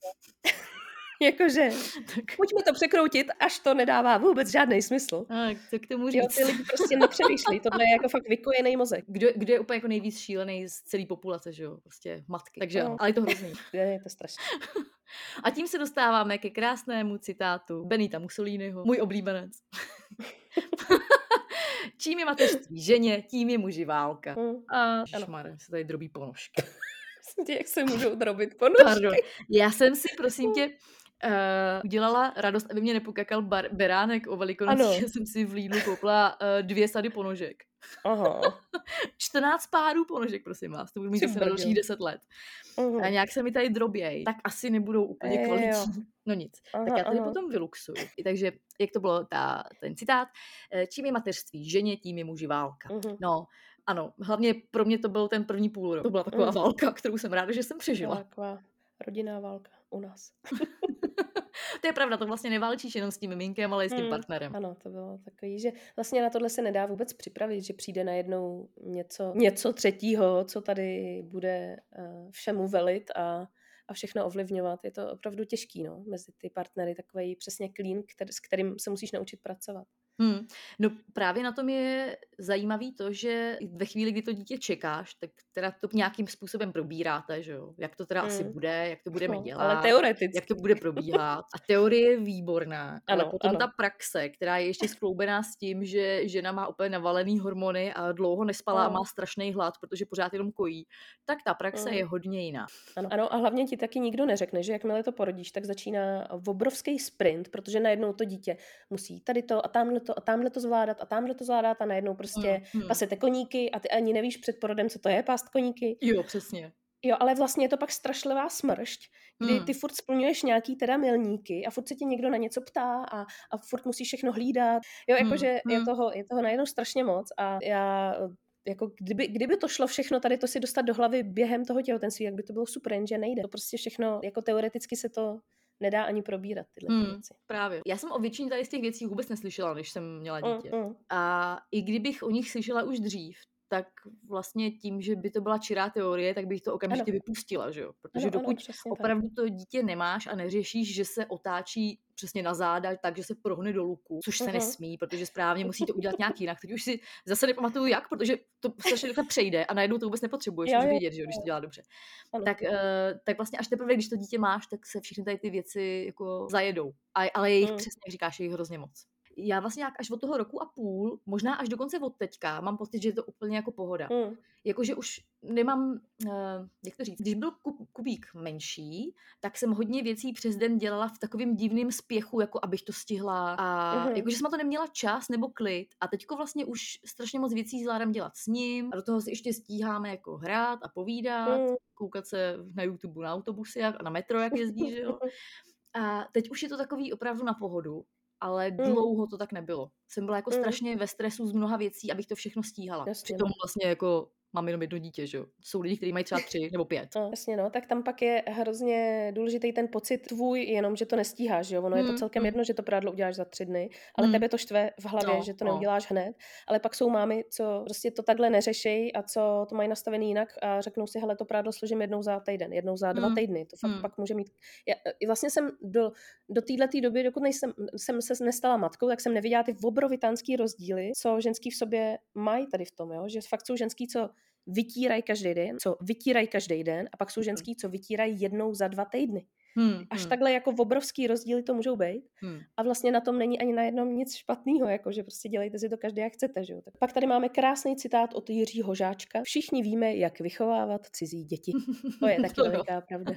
Jakože, pojďme to překroutit, až to nedává vůbec žádný smysl. A, to k tomu říct. Jo, ty lidi prostě nepřemýšlí, tohle je jako fakt vykojený mozek. Kdo, kdo je úplně jako nejvíc šílený z celé populace, že jo, prostě matky. Takže no. Ale je to hrozný. Je, je to strašné. A tím se dostáváme ke krásnému citátu Benita Mussoliniho, můj oblíbenec. Čím je mateřství ženě, tím je muži válka. Mm. A ježišmarja, se tady drobí ponožky. Jak se můžou drobit ponožky? Pardon. Já jsem si, prosím tě, uh, udělala radost, aby mě nepokakal bar- beránek o Velikonocích. Já jsem si v Lidlu koupila uh, dvě sady ponožek. Aha. čtrnáct párů ponožek, prosím vás, to budu mít zase na dalších deset let. Uh-huh. A nějak se mi tady droběj, tak asi nebudou úplně Ejo. kvalitní. No nic, aha, tak já tady aha. potom vyluxuju. Takže, jak to bylo ta, ten citát, čím je mateřství ženě, tím je muži válka. Uh-huh. No, ano, hlavně pro mě to byl ten první půl rok. To byla taková uh-huh. válka, kterou jsem ráda, že jsem přežila. Taková rodinná válka u nás. To je pravda, to vlastně neválčíš jenom s tím miminkem, ale i s tím hmm. partnerem. Ano, to bylo takový, že vlastně na tohle se nedá vůbec připravit, že přijde najednou něco, něco třetího, co tady bude uh, všemu velit a, a všechno ovlivňovat. Je to opravdu těžký, no, mezi ty partnery, takový přesně klín, který, s kterým se musíš naučit pracovat. Hmm. No právě na tom je zajímavý to, že ve chvíli, kdy to dítě čekáš, tak teda to nějakým způsobem probíráte, že jo? Jak to teda hmm. asi bude, jak to budeme dělat, ale teoreticky. Jak to bude probíhat. A teorie je výborná, ano, ale potom ano. ta praxe, která je ještě skloubená s tím, že žena má úplně navalený hormony a dlouho nespala ano. a má strašný hlad, protože pořád jenom kojí, tak ta praxe ano. je hodně jiná. Ano. ano a hlavně ti taky nikdo neřekne, že jakmile to porodíš, tak začíná obrovský sprint, protože najednou to dítě musí tady to a tamhle to a tamhle to zvládat a tamhle to zvládat a najednou prostě mm, mm. pasete koníky a ty ani nevíš před porodem, co to je pást koníky. Jo, přesně. Jo, ale vlastně je to pak strašlivá smršť, kdy ty furt splňuješ nějaký teda milníky a furt se tě někdo na něco ptá a, a furt musíš všechno hlídat. Jo, jakože mm, je, mm. toho, je toho najednou strašně moc a já... Jako kdyby, kdyby to šlo všechno tady to si dostat do hlavy během toho těhotenství, jak by to bylo super, jenže nejde. To prostě všechno, jako teoreticky se to nedá ani probírat tyhle mm, věci. Právě. Já jsem o většině tady z těch věcí vůbec neslyšela, než jsem měla dítě. Mm, mm. A i kdybych o nich slyšela už dřív, tak vlastně tím, že by to byla čirá teorie, tak bych to okamžitě ano. vypustila, že jo? Protože ano, dokud ano, opravdu to dítě nemáš a neřešíš, že se otáčí přesně na záda, takže se prohne do luku, což se uh-huh. nesmí, protože správně musí to udělat nějak jinak. Teď už si zase nepamatuju jak, protože to strašně rychle přejde a najednou to vůbec nepotřebuješ jo, už vědět, že jo, když to dělá dobře. Tak, uh, tak vlastně až teprve, když to dítě máš, tak se všechny tady ty věci jako zajedou. A, ale je jich uh-huh. přesně, jak říkáš, je jich hrozně moc. Já vlastně nějak až od toho roku a půl, možná až dokonce od teďka, mám pocit, že je to úplně jako pohoda. Mm. Jakože už nemám, uh, jak to říct, když byl Kubík menší, tak jsem hodně věcí přes den dělala v takovém divném spěchu, jako abych to stihla a mm. jakože jsem na to neměla čas nebo klid a teďko vlastně už strašně moc věcí zvládám dělat s ním a do toho si ještě stíháme jako hrát a povídat, mm. koukat se na YouTube na autobusy a na metro, jak jezdí, že jo. A teď už je to takový opravdu na pohodu. Ale dlouho to tak nebylo. Jsem byla jako mm. strašně ve stresu z mnoha věcí, abych to všechno stíhala. Jasně, Přitom vlastně jako mám jenom jedno dítě, že jo. Jsou lidi, kteří mají třeba tři nebo pět. No, jasně, no, tak tam pak je hrozně důležitý ten pocit tvůj, jenom že to nestíháš, jo. Ono mm. je to celkem mm. jedno, že to prádlo uděláš za tři dny, ale mm. tebe to štve v hlavě, no, že to neuděláš no. hned. Ale pak jsou mámy, co prostě to takhle neřešejí a co to mají nastavený jinak a řeknou si, hele, to prádlo složím jednou za týden, jednou za dva mm. týdny. To fakt mm. pak může mít. Já, vlastně jsem do, do téhletý doby, dokud nejsem, jsem se nestala matkou, tak jsem neviděla ty obrovitánský rozdíly, co ženský v sobě mají tady v tom, jo, že fakt jsou ženský, co vytírají každý den, co vytírají každý den a pak jsou ženský, co vytírají jednou za dva týdny. Hmm, Až hmm. takhle jako obrovský rozdíly to můžou být hmm. a vlastně na tom není ani na jednom nic špatného, jako že prostě dělejte si to každý jak chcete. Že jo? Tak pak tady máme krásný citát od Jiřího Žáčka. Všichni víme, jak vychovávat cizí děti. To je taky veliká pravda.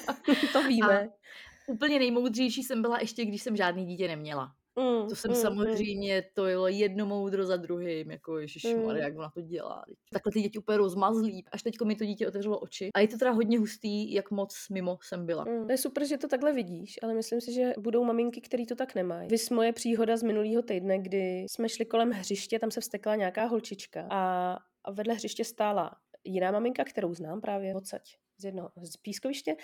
To víme. A úplně nejmoudřejší jsem byla ještě, když jsem žádný dítě neměla. Mm, to jsem mm, samozřejmě, mm. to jelo jedno moudro za druhým, jako ježišmarja, mm. jak ona to dělá. Takhle ty děti úplně rozmazlí, až teďko mi to dítě otevřelo oči. A je to teda hodně hustý, jak moc mimo jsem byla. Mm. To je super, že to takhle vidíš, ale myslím si, že budou maminky, který to tak nemají. Vys moje příhoda z minulého týdne, kdy jsme šli kolem hřiště, tam se vztekla nějaká holčička a vedle hřiště stála jiná maminka, kterou znám právě odsaď z jednoho z pískoviště.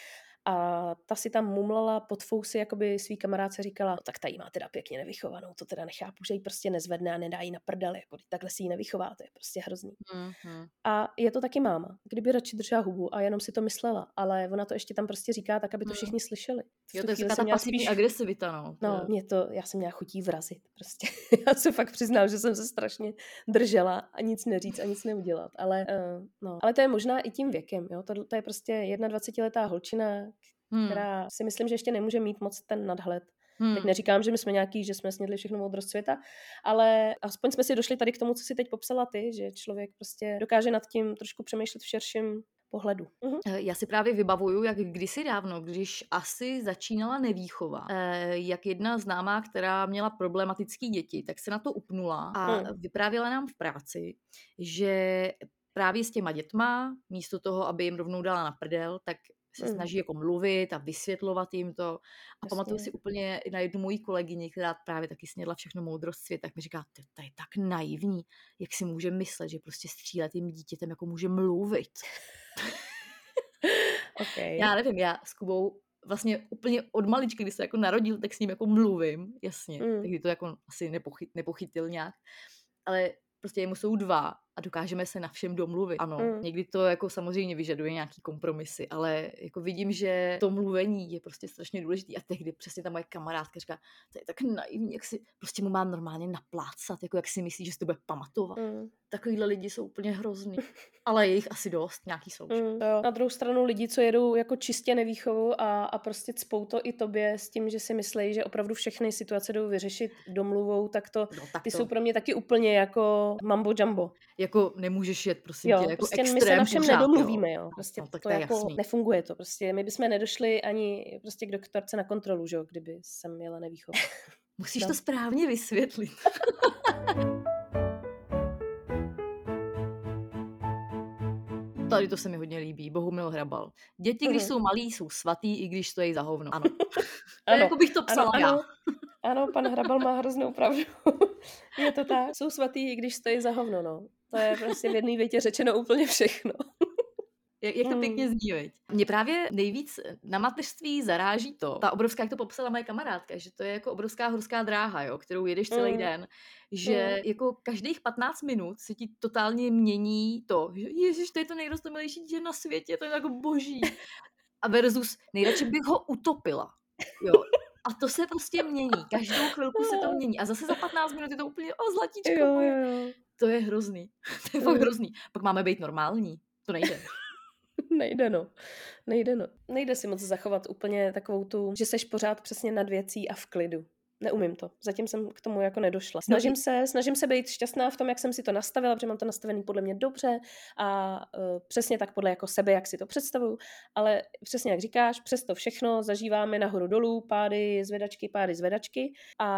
A ta si tam mumlala pod fousy, jakoby svý kamarádce říkala, no tak ta jí má teda pěkně nevychovanou, to teda nechápu, že ji prostě nezvedne a nedá jí na prdel, jako takhle si ji nevychová, to je prostě hrozný. Mm-hmm. A je to taky máma, kdyby radši držela hubu a jenom si to myslela, ale ona to ještě tam prostě říká tak, aby to všichni slyšeli. Jo, to je ta pasivní spíš... agresivita, no. No, mě to, já jsem měla chutí vrazit, prostě. Já se fakt přiznám, že jsem se strašně držela a nic neříct a nic neudělat, ale, uh, no. ale to je možná i tím věkem, jo, to, to je prostě dvacetiletá holčina, Hmm. která si myslím, že ještě nemůže mít moc ten nadhled. Hmm. Teď neříkám, že my jsme nějaký, že jsme snědli všechno moudrost světa, ale aspoň jsme si došli tady k tomu, co si teď popsala ty, že člověk prostě dokáže nad tím trošku přemýšlet v širším pohledu. Uh-huh. Já si právě vybavuju, jak kdysi dávno, když asi začínala nevýchova, jak jedna známá, která měla problematický děti, tak se na to upnula a uh-huh. vyprávěla nám v práci, že právě s těma dětma, místo toho, aby jim rovnou dala na prdel, tak se mm. snaží jako mluvit a vysvětlovat jim to. A Jasně. pamatuju si úplně na jednu mojí kolegyni, která právě taky snědla všechno moudrost světa, tak mi říká, to je tak naivní, jak si může myslet, že prostě střílet tím dítětem jako může mluvit. Okay. Já nevím, já s Kubou vlastně úplně od malička, když se jako narodil, tak s ním jako mluvím, jasně. Mm. Tak to jako asi nepochyt, nepochytil nějak. Ale prostě jemu jsou dva a dokážeme se na všem domluvit. Ano, mm. někdy to jako samozřejmě vyžaduje nějaký kompromisy, ale jako vidím, že to mluvení je prostě strašně důležitý a tehdy přesně ta moje kamarádka říká, to je tak naivní, jak si prostě mu má normálně naplácat, jako jak si myslí, že si to bude pamatovat. Mm. Takovýhle lidi jsou úplně hrozný, ale je jich asi dost, nějaký jsou. Mm, na druhou stranu lidi, co jedou jako čistě nevýchovu a, a prostě cpou to i tobě s tím, že si myslejí, že opravdu všechny situace jdou vyřešit domluvou, tak to, no, tak ty to. Jsou pro mě taky úplně jako mambo jumbo. Jako nemůžeš jet, prosím jo, tě, jako prostě extrém my se na všem pořád, nedomluvíme, jo. Prostě no, tak to, to jako jasný. Nefunguje to. Prostě my bychom nedošli ani prostě k doktorce na kontrolu, že jo, kdyby jsem měla nevýchovu. Musíš no. to správně vysvětlit. Tady to se mi hodně líbí, Bohumil Hrabal. Děti, když uh-huh. jsou malí, jsou svatý, i když stojí za hovno. Ano. ano. Jako bych to psala ano, já. Ano. Ano, pan Hrabal má hroznou pravdu. Je to tak. Jsou svatý, i když stojí za hovno, no. To je prostě v jedné větě řečeno úplně všechno. Jak, jak to hmm. pěkně zní, veď? Mě právě nejvíc na mateřství zaráží to, ta obrovská, jak to popsala moje kamarádka, že to je jako obrovská horská dráha, jo, kterou jedeš celý hmm. den, že hmm. jako každých patnáct minut se ti totálně mění to, že ježiš, to je to nejroztomilejší dítě na světě, to je jako boží. A versus nejradši bych ho utopila, jo. A to se prostě mění, každou chvilku se to mění a zase za patnáct minut je to úplně, o zlatíčko jo, moje. jo, jo. To je hrozný, to je fakt hrozný. Pak máme být normální, to nejde. Nejde, no. Nejde, no. Nejde si moc zachovat úplně takovou tu, že seš pořád přesně nad věcí a v klidu. Neumím to. Zatím jsem k tomu jako nedošla. Snažím se, snažím se být šťastná v tom, jak jsem si to nastavila, protože mám to nastavený podle mě dobře a uh, přesně tak podle jako sebe, jak si to představuju, ale přesně jak říkáš, přes to všechno zažíváme nahoru dolů, pády, zvedačky, pády, zvedačky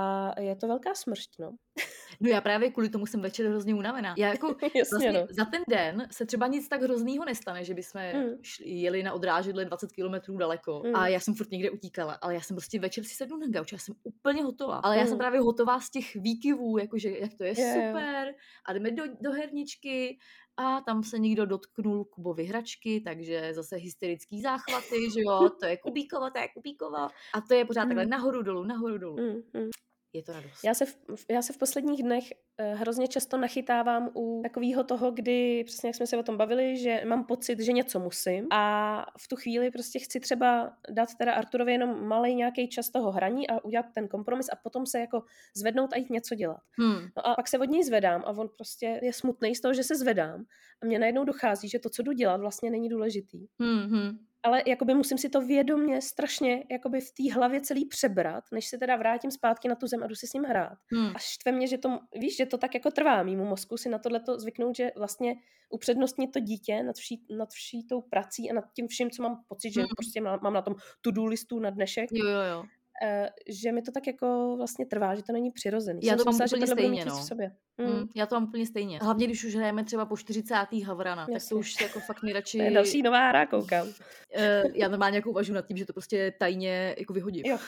a je to velká smršť, no. No já právě kvůli tomu jsem večer hrozně unavená. Já jako Jasně, vlastně no. za ten den se třeba nic tak hroznýho nestane, že bychom mm. jeli na odrážidle dvacet kilometrů daleko mm. a já jsem furt někde utíkala, ale já jsem prostě večer si sednu na gauč, já jsem úplně hotová. Ale mm. já jsem právě hotová z těch výkyvů, jakože jak to je yeah. super a jdeme do, do herničky a tam se někdo dotknul Kubovy hračky, takže zase hysterický záchvaty, že jo, to je Kubíkova, to je Kubíkova a to je pořád mm. takhle nahoru dolů, nahoru dolů. Mm. Je to radost. Já se v, já se v posledních dnech eh, hrozně často nachytávám u takového toho, kdy, přesně jak jsme se o tom bavili, že mám pocit, že něco musím a v tu chvíli prostě chci třeba dát teda Arturovi jenom malej nějaký čas toho hraní a udělat ten kompromis a potom se jako zvednout a jít něco dělat. Hmm. No a pak se od něj zvedám a on prostě je smutný z toho, že se zvedám a mně najednou dochází, že to, co jdu dělat, vlastně není důležitý. Hmm. Ale jakoby musím si to vědomě strašně jakoby v té hlavě celý přebrat, než se teda vrátím zpátky na tu zem a jdu si s ním hrát. Hmm. A štve mě, že to, víš, že to tak jako trvá mýmu mozku si na tohleto zvyknout, že vlastně upřednostnit to dítě nad vší, nad vší tou prací a nad tím vším, co mám pocit, že hmm. prostě mám, mám na tom to-do listu na dnešek. Jo, jo, jo. Uh, že mi to tak jako vlastně trvá, že to není přirozený. Já to mám myslela, úplně stejně, no. V sobě. Mm. Mm, já to mám úplně stejně. Hlavně, když už hrajeme třeba po čtyřicátý Havrana, Jasně. tak to už jako fakt nejradši... To je další nová hra, koukám. Uh, já normálně jako uvažuji nad tím, že to prostě tajně jako vyhodím. Jo.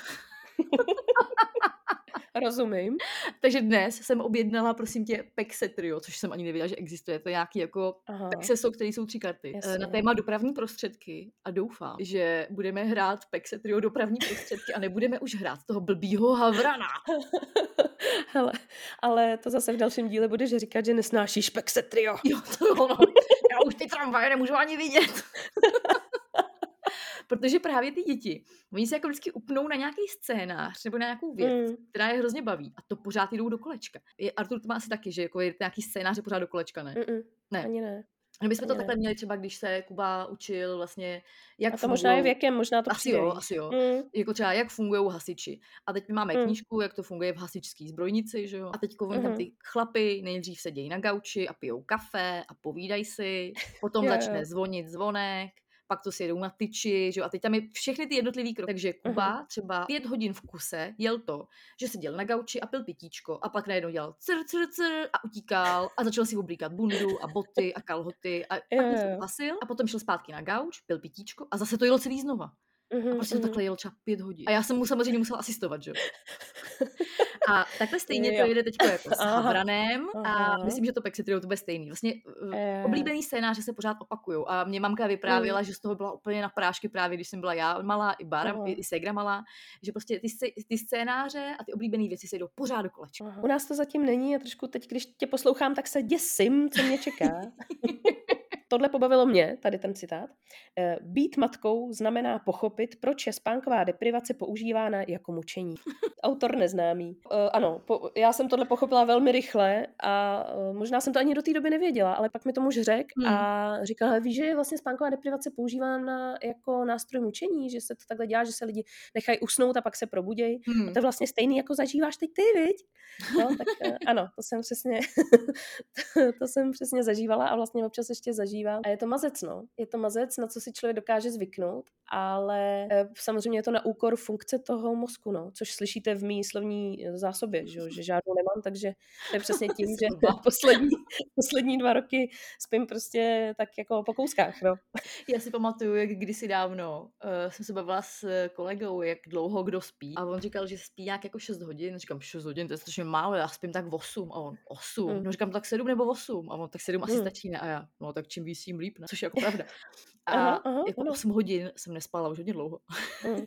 Rozumím. Takže dnes jsem objednala, prosím tě, Pexe Trio, což jsem ani nevěděla, že existuje. To je nějaký jako Pexeso, které jsou tři karty. Jasně. Na téma dopravní prostředky a doufám, že budeme hrát Pexe Trio dopravní prostředky a nebudeme už hrát toho blbýho Havrana. Hele, ale to zase v dalším díle budeš říkat, že nesnášíš Pexe Trio. Jo, to je ono. Já už ty tramvaje nemůžu ani vidět. Protože právě ty děti, oni se jako vždycky upnou na nějaký scénář nebo na nějakou věc, mm. která je hrozně baví a to pořád jdou do kolečka. Je, Artur to má asi taky, že jako je nějaký scénář je pořád do kolečka, ne? Mm-mm. Ne. Ani ne. My bychom to takhle měli třeba, když se Kuba učil vlastně, jak A to fungujou... možná je věkem, možná to asi přijde. jo, asi jo. Mm. Jako třeba, jak fungují hasiči. A teď my máme mm. knížku, jak to funguje v hasičský zbrojnici, že jo. A teď mm. tam ty chlapy nejdřív sedějí na gauči a pijou kafe a povídají si. Potom jo, začne jo. zvonit zvonek. Pak to si jedou na tyči, že jo, a teď tam je všechny ty jednotlivý kroky. Takže Kuba uh-huh. třeba pět hodin v kuse jel to, že seděl na gauči a pil pitíčko a pak najednou dělal cr, cr, cr a utíkal a začal si oblíkat bundu a boty a kalhoty a pak se uhasil a potom šel zpátky na gauč, pil pitíčko a zase to jelo celý znova. Uh-huh, a prostě uh-huh. to takhle jel třeba pět hodin. A já jsem mu samozřejmě musela asistovat, že jo. A takhle stejně to jede teďko jako s Havranem a myslím, že to Pexitriou to bude stejný. Vlastně uh, oblíbený scénáře se pořád opakujou a mě mamka vyprávěla, uh. že z toho byla úplně na prášky právě, když jsem byla já malá, i Bára, uh. i, i Segra malá, že prostě ty, ty scénáře a ty oblíbené věci se jdou pořád do kolečka. Uh. U nás to zatím není a trošku teď, když tě poslouchám, tak se děsím, co mě čeká. Tohle pobavilo mě, tady ten citát. Být matkou znamená pochopit, proč je spánková deprivace používána jako mučení. Autor neznámý. Uh, ano, po, já jsem tohle pochopila velmi rychle a uh, možná jsem to ani do té doby nevěděla, ale pak mi to muž řekl hmm. a říkal, víš, že je vlastně spánková deprivace používána jako nástroj mučení, že se to takhle dělá, že se lidi nechají usnout a pak se probudějí. Hmm. A to je vlastně stejný, jako zažíváš teď ty, viď? No, tak uh, ano, to jsem přesně to, to jsem přesně zažívala a vlastně občas ještě zažívám. A je to mazec, no. Je to mazec, na co si člověk dokáže zvyknout, ale uh, samozřejmě je to na úkor funkce toho mozku, no, což slyšíte v mý slovní zásobě, že, že žádnou nemám, takže to je přesně tím, že poslední, poslední dva roky spím prostě tak jako po kouskách, no. Já si pamatuju, jak kdysi dávno uh, jsem se bavila s kolegou, jak dlouho kdo spí a on říkal, že spí nějak jako šest hodin, říkám šest hodin, to je strašně málo, já spím tak osm a on osm, mm. no říkám tak sedm nebo osm a on tak sedm asi mm. stačí, ne? A já, no tak čím víc, tím líp, ne? Což je jako pravda. A aha, aha, jako osm hodin jsem nespala už hodně dlouho. Mm.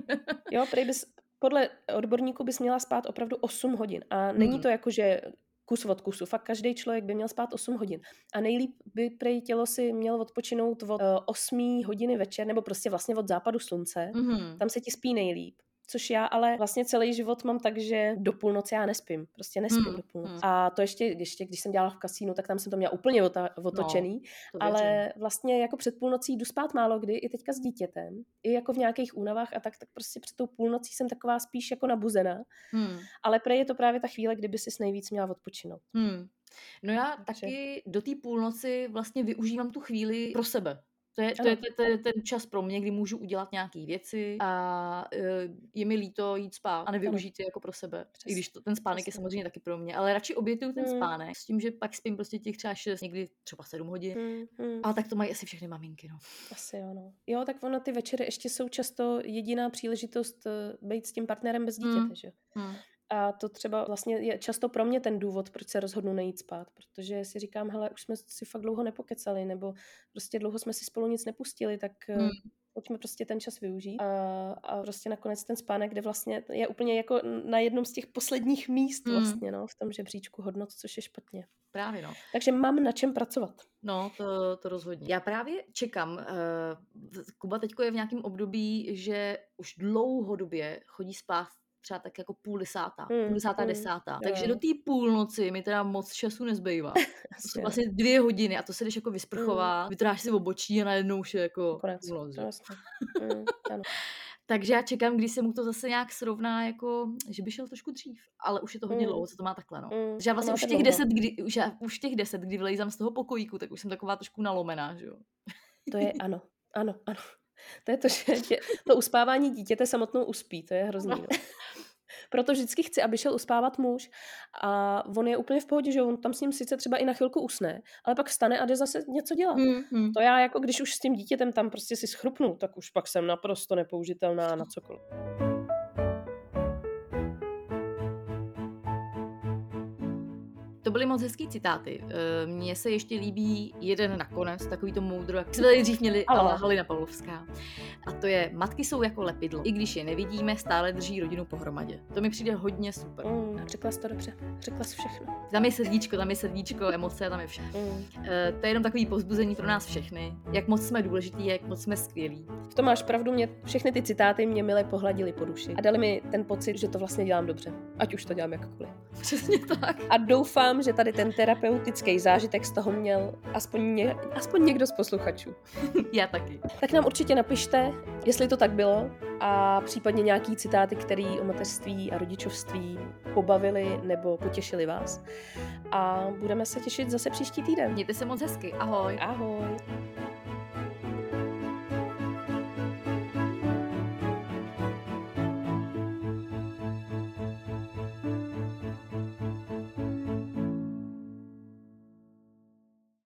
Jo, prej bys podle odborníků bys měla spát opravdu osm hodin. A není hmm. to jako, že kus od kusu. Fakt každý člověk by měl spát osm hodin. A nejlíp by prej tělo si mělo odpočinout od osm hodiny večer, nebo prostě vlastně od západu slunce. Hmm. Tam se ti spí nejlíp. Což já ale vlastně celý život mám tak, že do půlnoci já nespím. Prostě nespím hmm. do půlnoci. Hmm. A to ještě, ještě, když jsem dělala v kasínu, tak tam jsem to měla úplně otočený. No, ale vlastně jako před půlnocí jdu spát málo kdy, i teďka s dítětem. I jako v nějakých únavách a tak, tak prostě před tou půlnocí jsem taková spíš jako nabuzená. Hmm. Ale prej je to právě ta chvíle, kdyby si nejvíc měla odpočinout. Hmm. No já Takže... taky do té půlnoci vlastně využívám tu chvíli pro sebe. To je, to, je, to je ten čas pro mě, kdy můžu udělat nějaké věci a je mi líto jít spát a nevyužít je jako pro sebe. Přesný. I když to, ten spánek Přesný. je samozřejmě taky pro mě, ale radši obětuju ten hmm. spánek s tím, že pak spím prostě těch třeba šest, někdy třeba sedm hodin. Hmm. Hmm. Ale tak to mají asi všechny maminky, no. Asi jo, no. Jo, tak ono ty večery ještě jsou často jediná příležitost být s tím partnerem bez dítěte, hmm. že? Hmm. A to třeba vlastně je často pro mě ten důvod, proč se rozhodnu nejít spát, protože si říkám, hele, už jsme si fakt dlouho nepokecali, nebo prostě dlouho jsme si spolu nic nepustili, tak hmm. pojďme prostě ten čas využít. A, a prostě nakonec ten spánek, kde vlastně je úplně jako na jednom z těch posledních míst hmm. vlastně, no, v tom žebříčku hodnot, což je špatně. Právě, no. Takže mám na čem pracovat. No, to, to rozhodně. Já právě čekám, uh, Kuba teďko je v nějakém období, že už dlouhodobě chodí spát třeba tak jako půl desátá, mm, půl desátá, mm, desátá. Takže jo. do té půlnoci mi teda moc času nezbývá. To jsou vlastně dvě hodiny a to se jdeš jako vysprchovat, mm. vytráš si obočí a najednou už je jako konec. půlnoc. Mm, Takže já čekám, když se mu to zase nějak srovná, jako, že by šel trošku dřív. Ale už je to hodně mm. dlouho, co to má takhle, no. Mm, že já vlastně už těch, deset, kdy, už, já, už těch deset, kdy vylejzám z toho pokojíku, tak už jsem taková trošku nalomená, že jo. To je ano, ano, ano. To je to, že tě, to uspávání dítěte samotnou uspí, to je hrozný. No. Proto vždycky chci, aby šel uspávat muž a on je úplně v pohodě, že on tam s ním sice třeba i na chvilku usne, ale pak vstane a jde zase něco dělat. Mm, mm. To já jako když už s tím dítětem tam prostě si schrupnu, tak už pak jsem naprosto nepoužitelná na cokoliv. To byly moc hezký citáty. Mně se ještě líbí jeden nakonec, takový to moudro, jak jsme tady dřív měli Halina Pavlovská. A to je, matky jsou jako lepidlo. I když je nevidíme, stále drží rodinu pohromadě. To mi přijde hodně super. Mm, řekla jsi to dobře. Řekla jsi všechno. Tam je srdíčko, tam je srdíčko, emoce, tam je vše. Mm. To je jenom takový povzbuzení pro nás všechny. Jak moc jsme důležití, jak moc jsme skvělí. V tom máš pravdu, mě všechny ty citáty mě mile pohladily po duši. A dali mi ten pocit, že to vlastně dělám dobře. Ať už to dělám jakkoliv. Přesně tak. A doufám, doufám, že tady ten terapeutický zážitek z toho měl aspoň, ně, aspoň někdo z posluchačů. Já taky. Tak nám určitě napište, jestli to tak bylo a případně nějaký citáty, které o mateřství a rodičovství pobavili nebo potěšili vás. A budeme se těšit zase příští týden. Mějte se moc hezky. Ahoj. Ahoj.